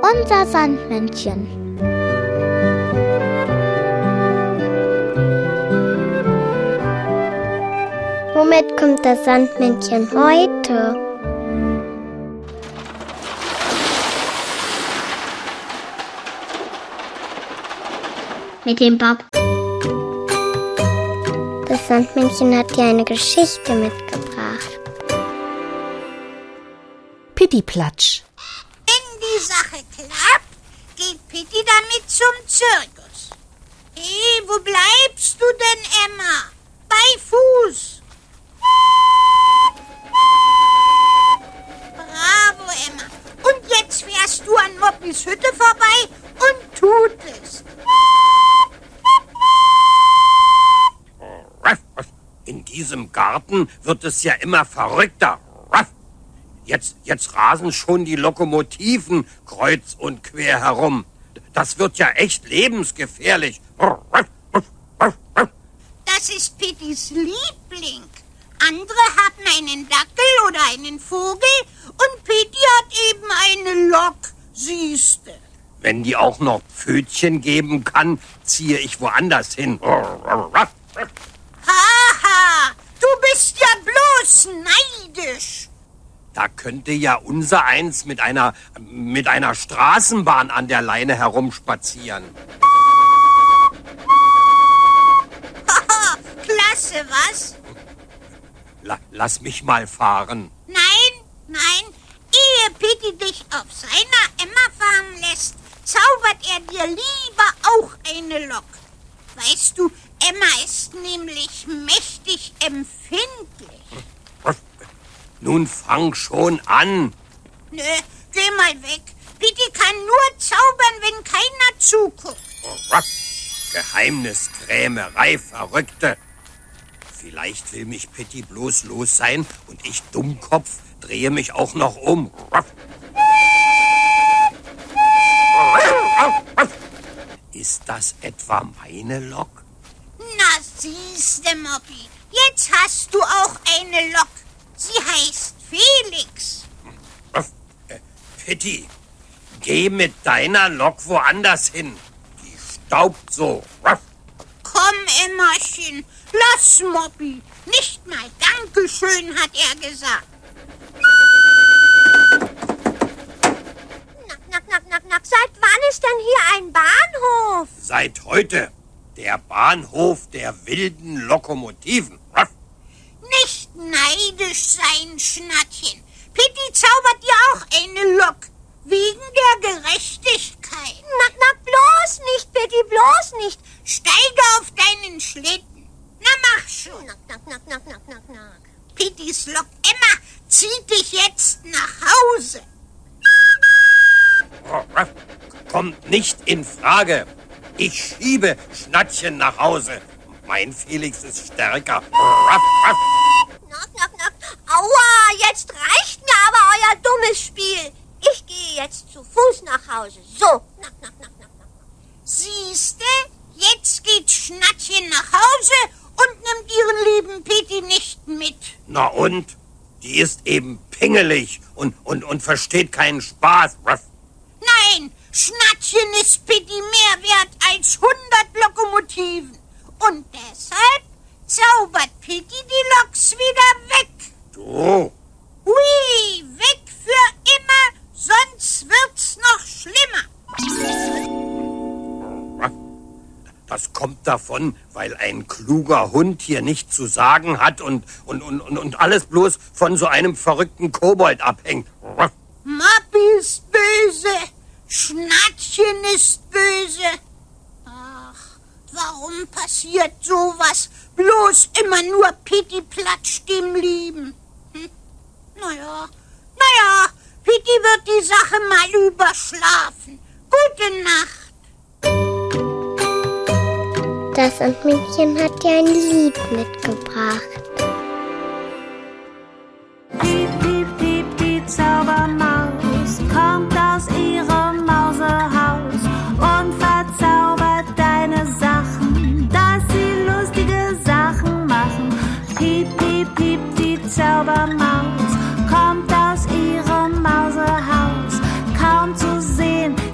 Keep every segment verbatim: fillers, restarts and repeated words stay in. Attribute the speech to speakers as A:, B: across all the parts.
A: Unser Sandmännchen. Womit kommt das Sandmännchen heute? Mit dem Bob. Das Sandmännchen hat dir eine Geschichte mitgebracht.
B: Pittiplatsch.
C: Wenn die Sache klappt, geht Pitti damit zum Zirkus. Hey, wo bleibst du denn, Emma? Bei Fuß. Bravo, Emma. Und jetzt fährst du an Moppis Hütte vorbei und tut es.
D: In diesem Garten wird es ja immer verrückter. Jetzt, jetzt rasen schon die Lokomotiven kreuz und quer herum. Das wird ja echt lebensgefährlich.
C: Das ist Pittis Liebling. Andere haben einen Dackel oder einen Vogel und Pitti hat eben eine Lok, siehste.
D: Wenn die auch noch Pfötchen geben kann, ziehe ich woanders hin.
C: Haha, du bist ja bloß neidisch.
D: Da könnte ja unser Eins mit einer, mit einer Straßenbahn an der Leine herumspazieren.
C: Haha, klasse, was?
D: La, lass mich mal fahren.
C: Nein, nein, ehe Pitti dich auf seiner Emma fahren lässt, zaubert er dir lieber auch eine Lok. Weißt du, Emma ist nämlich mächtig empfindlich.
D: Nun fang schon an.
C: Nö, geh mal weg. Pitti kann nur zaubern, wenn keiner zuguckt.
D: Geheimniskrämerei, Verrückte. Vielleicht will mich Pitti bloß los sein und ich, Dummkopf, drehe mich auch noch um. Ist das etwa meine Lok?
C: Na siehste, Moppi, jetzt hast du auch eine Lok. Sie heißt Felix.
D: Äh, Pitti, geh mit deiner Lok woanders hin. Die staubt so.
C: Komm, Emmerchen, lass Moppi. Nicht mal Dankeschön, hat er gesagt.
A: Nack, nack, nack, nack, nack. Seit wann ist denn hier ein Bahnhof?
D: Seit heute der Bahnhof der wilden Lokomotiven.
C: Nicht neidisch sein, Schnattchen. Pitti zaubert dir auch eine Lok. Wegen der Gerechtigkeit.
A: Nack, nack, bloß nicht, Pitti, bloß nicht.
C: Steige auf deinen Schlitten. Na, mach schon.
A: Nack, nack, nack, nack, nack, nack, nack.
C: Pittis Lok Emma zieht dich jetzt nach Hause.
D: Kommt nicht in Frage. Ich schiebe Schnattchen nach Hause. Mein Felix ist stärker.
A: Nack, nack, nack. Aua, jetzt reicht mir aber euer dummes Spiel. Ich gehe jetzt zu Fuß nach Hause. So. Nack, nack, nack, nack, nack.
C: Siehste, jetzt geht Schnattchen nach Hause und nimmt ihren lieben Pitti nicht mit.
D: Na und? Die ist eben pingelig und, und, und versteht keinen Spaß.
C: Nein, Schnattchen ist Pitti mehr wert als hundert Lokomotiven. Und deshalb zaubert Pitti die Loks wieder weg.
D: Du?
C: Hui, weg für immer, sonst wird's noch schlimmer.
D: Das kommt davon, weil ein kluger Hund hier nichts zu sagen hat und, und, und, und alles bloß von so einem verrückten Kobold abhängt.
C: Moppi ist böse, Schnattchen ist böse. Ach, warum passiert sowas? Bloß immer nur Pittiplatsch dem Lieben. Hm? Naja, naja, Pitti wird die Sache mal überschlafen. Gute Nacht.
A: Das Sandmännchen hat dir ein Lied mitgebracht.
E: Piep, piep, piep, die Zaubermaus kommt aus ihrem Mausehaus und verzaubert deine Sachen, dass sie lustige Sachen machen. Piep, piep, piep, die Zaubermaus kommt aus ihrem Mausehaus, kaum zu sehen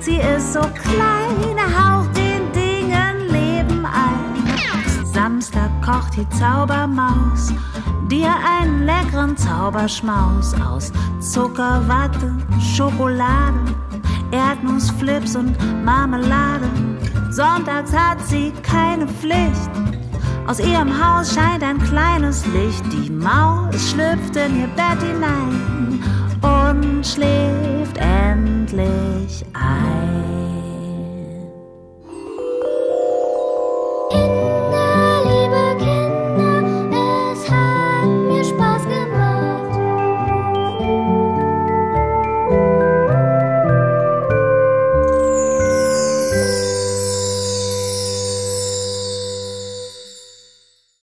E: macht die Zaubermaus dir einen leckeren Zauberschmaus aus Zucker, Watte, Schokolade, Erdnussflips und Marmelade. Sonntags hat sie keine Pflicht, aus ihrem Haus scheint ein kleines Licht. Die Maus schlüpft in ihr Bett hinein und schläft endlich ein.